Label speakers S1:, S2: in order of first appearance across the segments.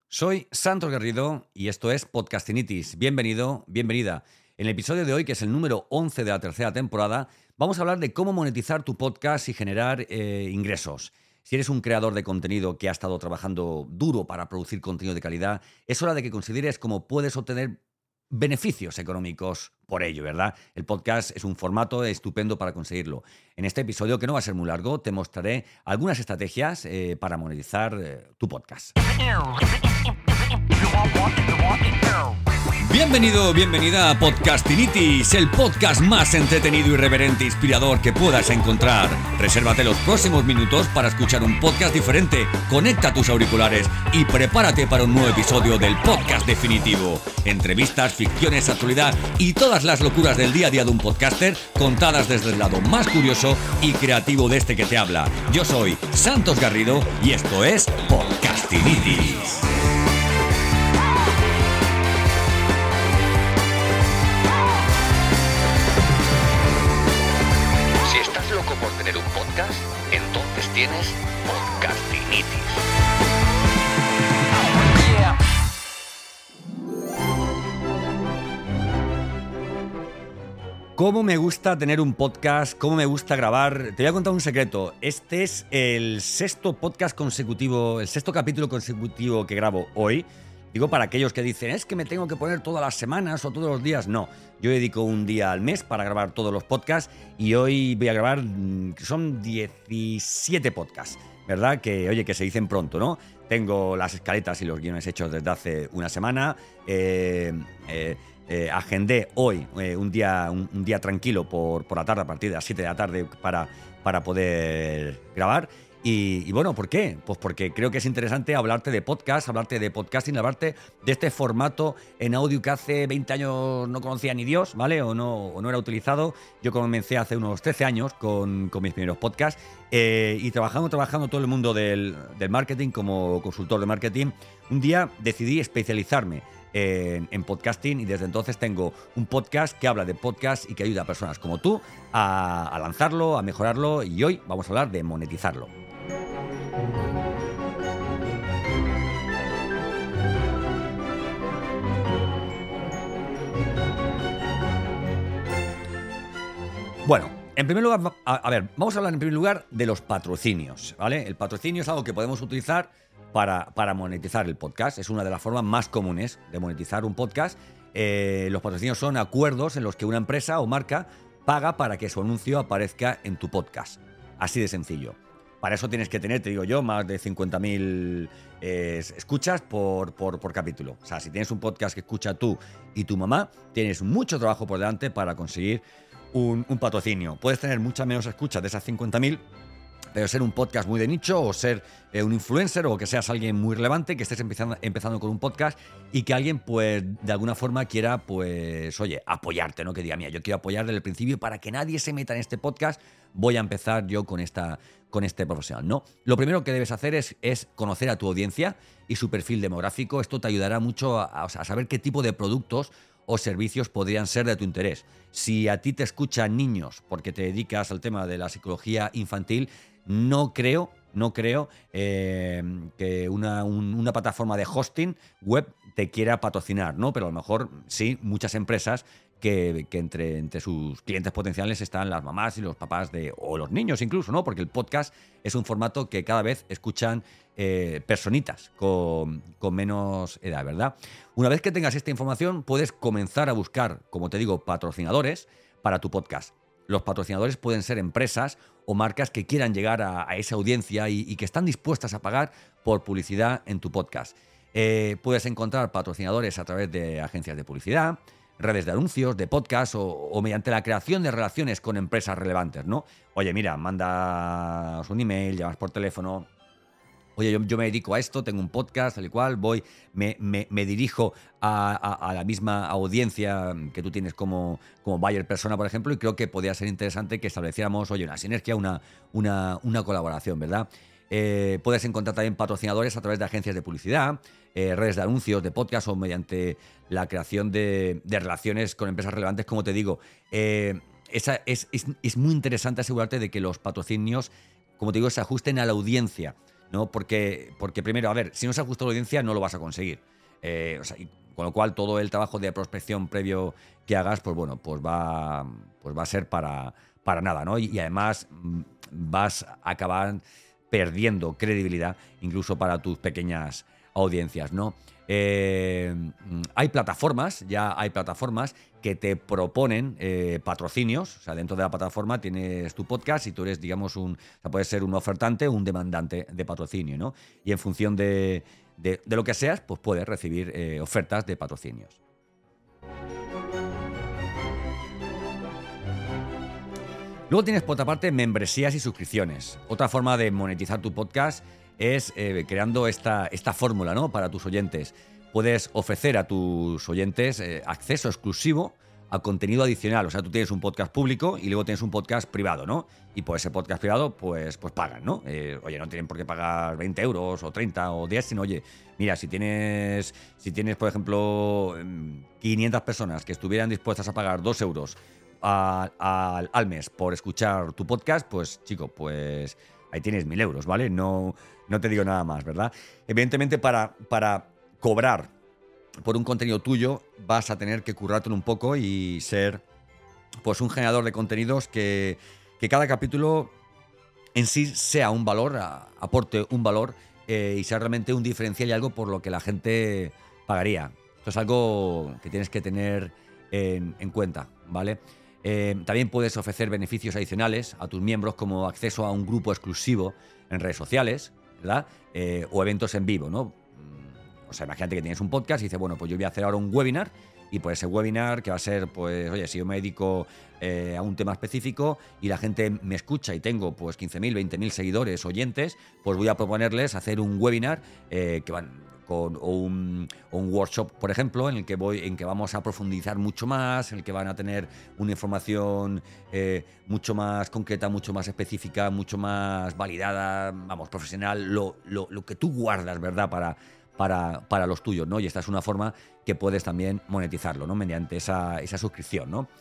S1: Soy Santos Garrido y esto es Podcastinitis. Bienvenido, bienvenida. En el episodio de hoy, que es el número 11 de la tercera temporada, vamos a hablar de cómo monetizar tu podcast y generar ingresos. Si eres un creador de contenido que ha estado trabajando duro para producir contenido de calidad, es hora de que consideres cómo puedes obtener beneficios económicos por ello, ¿verdad? El podcast es un formato estupendo para conseguirlo. En este episodio, que no va a ser muy largo, te mostraré algunas estrategias para monetizar tu podcast. Bienvenido, bienvenida a Podcastinitis, el podcast más entretenido, irreverente e inspirador que puedas encontrar. Resérvate los próximos minutos para escuchar un podcast diferente, conecta tus auriculares y prepárate para un nuevo episodio del podcast definitivo. Entrevistas, ficciones, actualidad y todas las locuras del día a día de un podcaster contadas desde el lado más curioso y creativo de este que te habla. Yo soy Santos Garrido y esto es Podcastinitis. Por tener un podcast, entonces tienes Podcastinitis. ¿Cómo me gusta tener un podcast? ¿Cómo me gusta grabar? Te voy a contar un secreto. Este es el sexto podcast consecutivo, el sexto capítulo consecutivo que grabo hoy. Digo, para aquellos que dicen, es que me tengo que poner todas las semanas o todos los días. No, yo dedico un día al mes para grabar todos los podcasts y hoy voy a grabar, son 17 podcasts, ¿verdad? Que, oye, que se dicen pronto, ¿no? Tengo las escaletas y los guiones hechos desde hace una semana. Agendé hoy un día tranquilo por la tarde, a partir de las 7 de la tarde, para poder grabar. Y bueno, ¿por qué? Pues porque creo que es interesante hablarte de podcast, hablarte de podcasting, hablarte de este formato en audio que hace 20 años no conocía ni Dios, ¿vale? O no era utilizado. Yo comencé hace unos 13 años con mis primeros podcasts y trabajando todo el mundo del marketing como consultor de marketing. Un día decidí especializarme en podcasting y desde entonces tengo un podcast que habla de podcast y que ayuda a personas como tú a lanzarlo, a mejorarlo, y hoy vamos a hablar de monetizarlo. Bueno, en primer lugar, vamos a hablar en primer lugar de los patrocinios, ¿vale? El patrocinio es algo que podemos utilizar para monetizar el podcast. Es una de las formas más comunes de monetizar un podcast. Los patrocinios son acuerdos en los que una empresa o marca paga para que su anuncio aparezca en tu podcast. Así de sencillo. Para eso tienes que tener, te digo yo, más de 50.000 escuchas por capítulo. O sea, si tienes un podcast que escucha tú y tu mamá, tienes mucho trabajo por delante para conseguir un patrocinio. Puedes tener muchas menos escuchas de esas 50.000, pero ser un podcast muy de nicho o ser un influencer o que seas alguien muy relevante, que estés empezando con un podcast y que alguien, pues, de alguna forma quiera, pues, oye, apoyarte, ¿no? Que diga, mira, yo quiero apoyar desde el principio para que nadie se meta en este podcast, voy a empezar yo con este profesional, ¿no? Lo primero que debes hacer es conocer a tu audiencia y su perfil demográfico. Esto te ayudará mucho a saber qué tipo de productos o servicios podrían ser de tu interés. Si a ti te escuchan niños porque te dedicas al tema de la psicología infantil, no creo que una plataforma de hosting web te quiera patrocinar, ¿no? Pero a lo mejor sí, muchas empresas que entre sus clientes potenciales están las mamás y los papás o los niños incluso, ¿no? Porque el podcast es un formato que cada vez escuchan personitas con menos edad, ¿verdad? Una vez que tengas esta información, puedes comenzar a buscar, como te digo, patrocinadores para tu podcast. Los patrocinadores pueden ser empresas o marcas que quieran llegar a esa audiencia y que están dispuestas a pagar por publicidad en tu podcast. Puedes encontrar patrocinadores a través de agencias de publicidad, redes de anuncios, de podcast o mediante la creación de relaciones con empresas relevantes, ¿no? Oye, mira, mandas un email, llamas por teléfono. Oye, yo me dedico a esto, tengo un podcast, tal y cual, me dirijo a la misma audiencia que tú tienes como buyer persona, por ejemplo, y creo que podría ser interesante que estableciéramos, oye, una sinergia, una colaboración, ¿verdad? Puedes encontrar también patrocinadores a través de agencias de publicidad, redes de anuncios, de podcast o mediante la creación de relaciones con empresas relevantes, como te digo. Es muy interesante asegurarte de que los patrocinios, como te digo, se ajusten a la audiencia. ¿no? Porque primero, a ver, si no se ajusta a la audiencia, no lo vas a conseguir. O sea, con lo cual, todo el trabajo de prospección previo que hagas, pues bueno, pues va a ser para nada, ¿no? Y además vas a acabar perdiendo credibilidad incluso para tus pequeñas audiencias, ¿no? Hay plataformas que te proponen patrocinios. O sea, dentro de la plataforma tienes tu podcast y tú eres, digamos, o sea, puedes ser un ofertante o un demandante de patrocinio, ¿no? Y en función de lo que seas, pues puedes recibir ofertas de patrocinios. Luego tienes, por otra parte, membresías y suscripciones. Otra forma de monetizar tu podcast es creando esta fórmula, ¿no? Para tus oyentes. Puedes ofrecer a tus oyentes acceso exclusivo a contenido adicional. O sea, tú tienes un podcast público y luego tienes un podcast privado, ¿no? Y por ese podcast privado, pues pagan, ¿no? Oye, no tienen por qué pagar 20 euros o 30 o 10, sino, oye, mira, si tienes, por ejemplo, 500 personas que estuvieran dispuestas a pagar 2 euros al mes por escuchar tu podcast, pues chico, pues ahí tienes 1.000 euros, ¿vale? No te digo nada más, ¿verdad? Evidentemente, para cobrar por un contenido tuyo, vas a tener que currártelo un poco y ser pues un generador de contenidos que cada capítulo en sí sea un valor, aporte un valor y sea realmente un diferencial y algo por lo que la gente pagaría. Esto es algo que tienes que tener en cuenta, ¿vale? También puedes ofrecer beneficios adicionales a tus miembros, como acceso a un grupo exclusivo en redes sociales, ¿verdad? O eventos en vivo, ¿no? O sea, imagínate que tienes un podcast y dices, bueno, pues yo voy a hacer ahora un webinar, y pues ese webinar que va a ser, pues, oye, si yo me dedico a un tema específico y la gente me escucha y tengo pues 15.000, 20.000 seguidores, oyentes, pues voy a proponerles hacer un webinar o un workshop, por ejemplo, en el que vamos a profundizar mucho más, en el que van a tener una información mucho más concreta, mucho más específica, mucho más validada, vamos, profesional, lo que tú guardas, ¿verdad?, para los tuyos, ¿no? Y esta es una forma que puedes también monetizarlo, ¿no? Mediante esa suscripción, ¿no?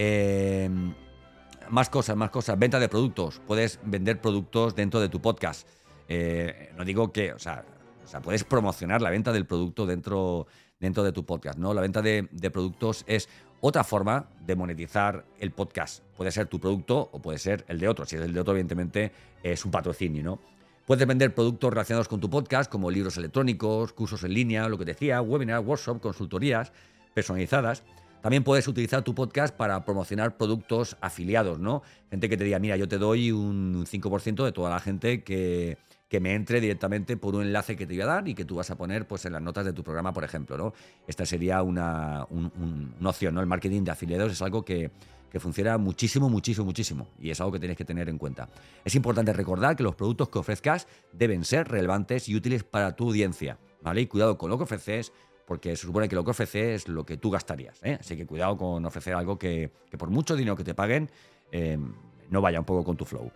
S1: Más cosas, venta de productos. Puedes vender productos dentro de tu podcast. No digo que, o sea, puedes promocionar la venta del producto dentro de tu podcast, ¿no? La venta de productos es otra forma de monetizar el podcast. Puede ser tu producto o puede ser el de otro. Si es el de otro, evidentemente, es un patrocinio, ¿no? Puedes vender productos relacionados con tu podcast, como libros electrónicos, cursos en línea, lo que te decía, webinars, workshops, consultorías personalizadas. También puedes utilizar tu podcast para promocionar productos afiliados, ¿no? Gente que te diga, mira, yo te doy un 5% de toda la gente que me entre directamente por un enlace que te voy a dar y que tú vas a poner pues en las notas de tu programa, por ejemplo, ¿no? Esta sería una opción, ¿no? El marketing de afiliados es algo que funciona muchísimo, muchísimo, muchísimo, y es algo que tienes que tener en cuenta. Es importante recordar que los productos que ofrezcas deben ser relevantes y útiles para tu audiencia, ¿vale? Y cuidado con lo que ofreces, porque se supone que lo que ofreces es lo que tú gastarías, ¿eh? Así que cuidado con ofrecer algo que por mucho dinero que te paguen, no vaya un poco con tu flow.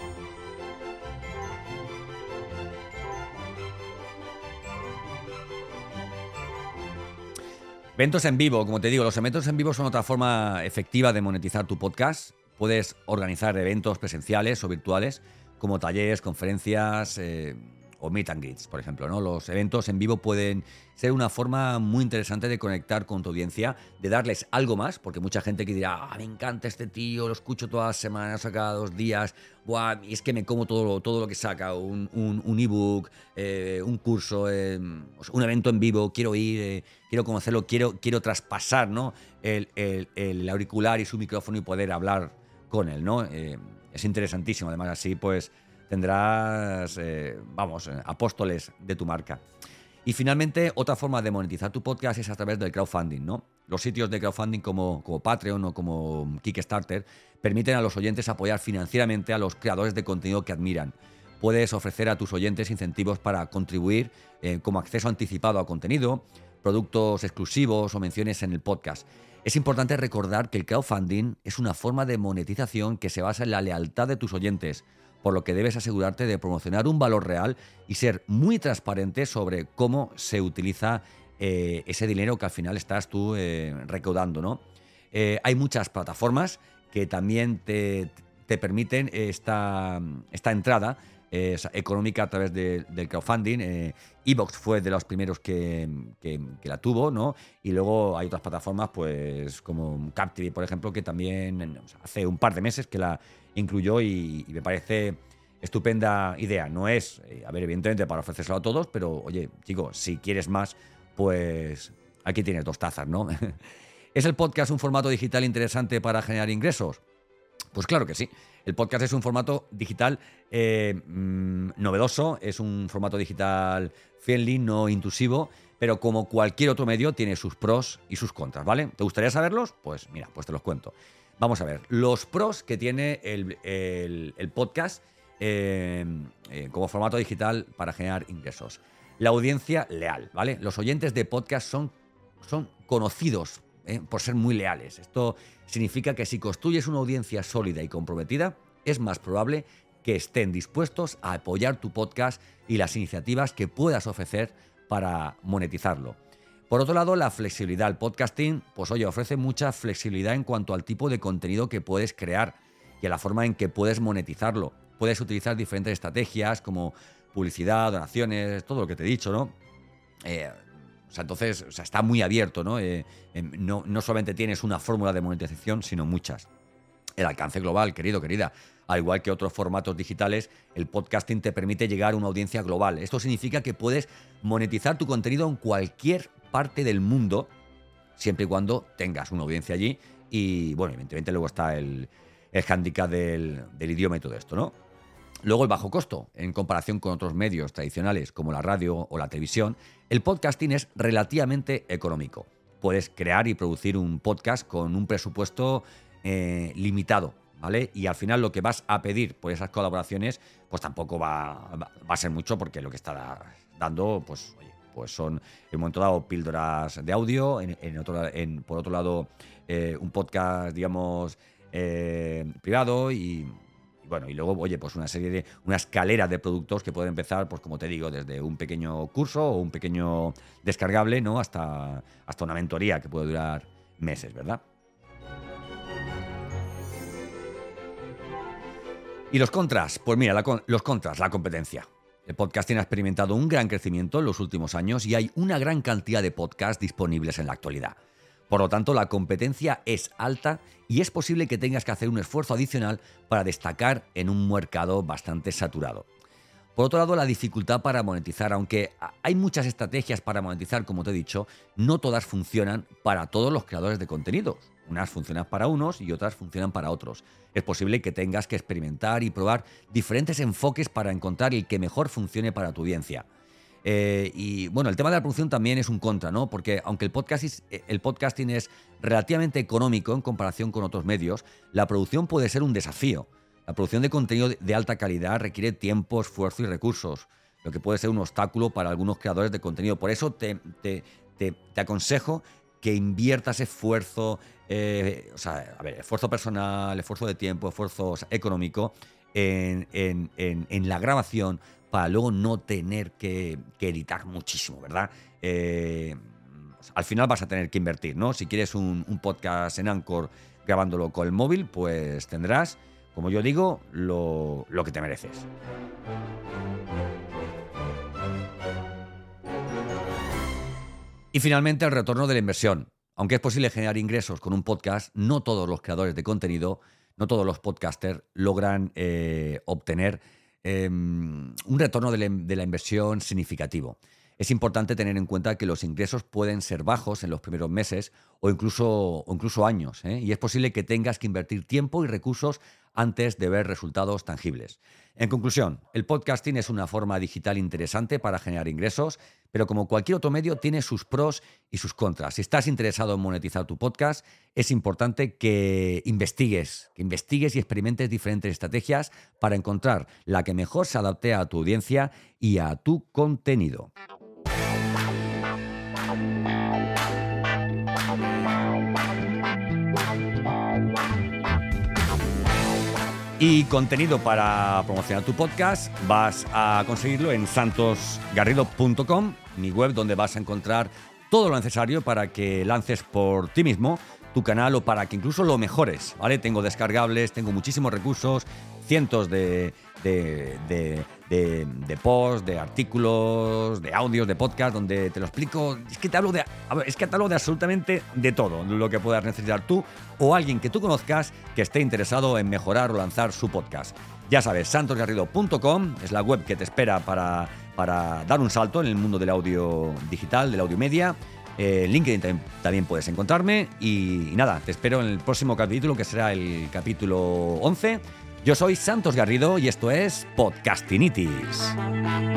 S1: Eventos en vivo, como te digo, los eventos en vivo son otra forma efectiva de monetizar tu podcast. Puedes organizar eventos presenciales o virtuales, como talleres, conferencias o meet and greets, por ejemplo, ¿no? Los eventos en vivo pueden ser una forma muy interesante de conectar con tu audiencia, de darles algo más, porque mucha gente que dirá, me encanta este tío, lo escucho todas las semanas, cada 2 días, buah, y es que me como todo lo que saca, un ebook, un curso, un evento en vivo, quiero ir, quiero conocerlo, quiero traspasar, ¿no? el auricular y su micrófono y poder hablar con él, ¿no? Es interesantísimo, además así pues tendrás, apóstoles de tu marca. Y finalmente, otra forma de monetizar tu podcast es a través del crowdfunding, ¿no? Los sitios de crowdfunding como Patreon o como Kickstarter permiten a los oyentes apoyar financieramente a los creadores de contenido que admiran. Puedes ofrecer a tus oyentes incentivos para contribuir, como acceso anticipado a contenido, productos exclusivos o menciones en el podcast. Es importante recordar que el crowdfunding es una forma de monetización que se basa en la lealtad de tus oyentes, por lo que debes asegurarte de promocionar un valor real y ser muy transparente sobre cómo se utiliza ese dinero que al final estás tú recaudando, ¿no? Hay muchas plataformas que también te permiten esta entrada, económica a través del crowdfunding. Evox fue de los primeros que la tuvo, ¿no? Y luego hay otras plataformas, pues como Captivate, por ejemplo, que también hace un par de meses que la incluyó y me parece estupenda idea. No es, evidentemente para ofrecérselo a todos, pero oye, chico, si quieres más, pues aquí tienes 2 tazas, ¿no? ¿Es el podcast un formato digital interesante para generar ingresos? Pues claro que sí. El podcast es un formato digital novedoso, es un formato digital friendly, no intrusivo, pero como cualquier otro medio tiene sus pros y sus contras, ¿vale? ¿Te gustaría saberlos? Pues mira, pues te los cuento. Vamos a ver, los pros que tiene el podcast como formato digital para generar ingresos. La audiencia leal, ¿vale? Los oyentes de podcast son conocidos por ser muy leales. Esto significa que si construyes una audiencia sólida y comprometida, es más probable que estén dispuestos a apoyar tu podcast y las iniciativas que puedas ofrecer para monetizarlo. Por otro lado, la flexibilidad. El podcasting, pues oye, ofrece mucha flexibilidad en cuanto al tipo de contenido que puedes crear y a la forma en que puedes monetizarlo. Puedes utilizar diferentes estrategias como publicidad, donaciones, todo lo que te he dicho, ¿no? Entonces, está muy abierto, ¿no? No solamente tienes una fórmula de monetización, sino muchas. El alcance global, querida. Al igual que otros formatos digitales, el podcasting te permite llegar a una audiencia global. Esto significa que puedes monetizar tu contenido en cualquier parte del mundo, siempre y cuando tengas una audiencia allí. Y, bueno, evidentemente luego está el hándicap del idioma y todo esto, ¿no? Luego el bajo costo. En comparación con otros medios tradicionales como la radio o la televisión, el podcasting es relativamente económico. Puedes crear y producir un podcast con un presupuesto limitado, ¿vale? Y al final lo que vas a pedir por esas colaboraciones, pues tampoco va a ser mucho, porque lo que está dando, pues, oye, pues son en un momento dado píldoras de audio, por otro lado un podcast, digamos, privado y bueno, y luego, oye, pues una escalera de productos que pueden empezar, pues como te digo, desde un pequeño curso o un pequeño descargable, ¿no? Hasta una mentoría que puede durar meses, ¿verdad? ¿Y los contras? Pues mira, los contras, la competencia. El podcasting ha experimentado un gran crecimiento en los últimos años y hay una gran cantidad de podcasts disponibles en la actualidad. Por lo tanto, la competencia es alta y es posible que tengas que hacer un esfuerzo adicional para destacar en un mercado bastante saturado. Por otro lado, la dificultad para monetizar. Aunque hay muchas estrategias para monetizar, como te he dicho, no todas funcionan para todos los creadores de contenidos. Unas funcionan para unos y otras funcionan para otros. Es posible que tengas que experimentar y probar diferentes enfoques para encontrar el que mejor funcione para tu audiencia. Y bueno, el tema de la producción también es un contra, ¿no? Porque aunque el podcasting es relativamente económico en comparación con otros medios, la producción puede ser un desafío. La producción de contenido de alta calidad requiere tiempo, esfuerzo y recursos, lo que puede ser un obstáculo para algunos creadores de contenido. Por eso te aconsejo que inviertas esfuerzo, esfuerzo personal, esfuerzo de tiempo, esfuerzo económico en la grabación, para luego no tener que editar muchísimo, ¿verdad? Al final vas a tener que invertir, ¿no? Si quieres un podcast en Anchor grabándolo con el móvil, pues tendrás, como yo digo, lo que te mereces. Y finalmente, el retorno de la inversión. Aunque es posible generar ingresos con un podcast, no todos los creadores de contenido, no todos los podcasters logran obtener un retorno de la inversión significativo. Es importante tener en cuenta que los ingresos pueden ser bajos en los primeros meses o incluso años, ¿eh? Y es posible que tengas que invertir tiempo y recursos antes de ver resultados tangibles. En conclusión, el podcasting es una forma digital interesante para generar ingresos, pero como cualquier otro medio tiene sus pros y sus contras. Si estás interesado en monetizar tu podcast, es importante que investigues y experimentes diferentes estrategias para encontrar la que mejor se adapte a tu audiencia y a tu contenido. Y contenido para promocionar tu podcast vas a conseguirlo en santosgarrido.com, mi web, donde vas a encontrar todo lo necesario para que lances por ti mismo tu canal o para que incluso lo mejores, ¿vale? Tengo descargables, tengo muchísimos recursos, cientos de posts, de artículos, de audios, de podcast, donde te lo explico. Es que te hablo de absolutamente de todo lo que puedas necesitar tú o alguien que tú conozcas que esté interesado en mejorar o lanzar su podcast. Ya sabes, santosgarrido.com es la web que te espera para dar un salto en el mundo del audio digital, del audio media. LinkedIn también puedes encontrarme. Y nada, te espero en el próximo capítulo, que será el capítulo 11. Yo soy Santos Garrido y esto es Podcastinitis.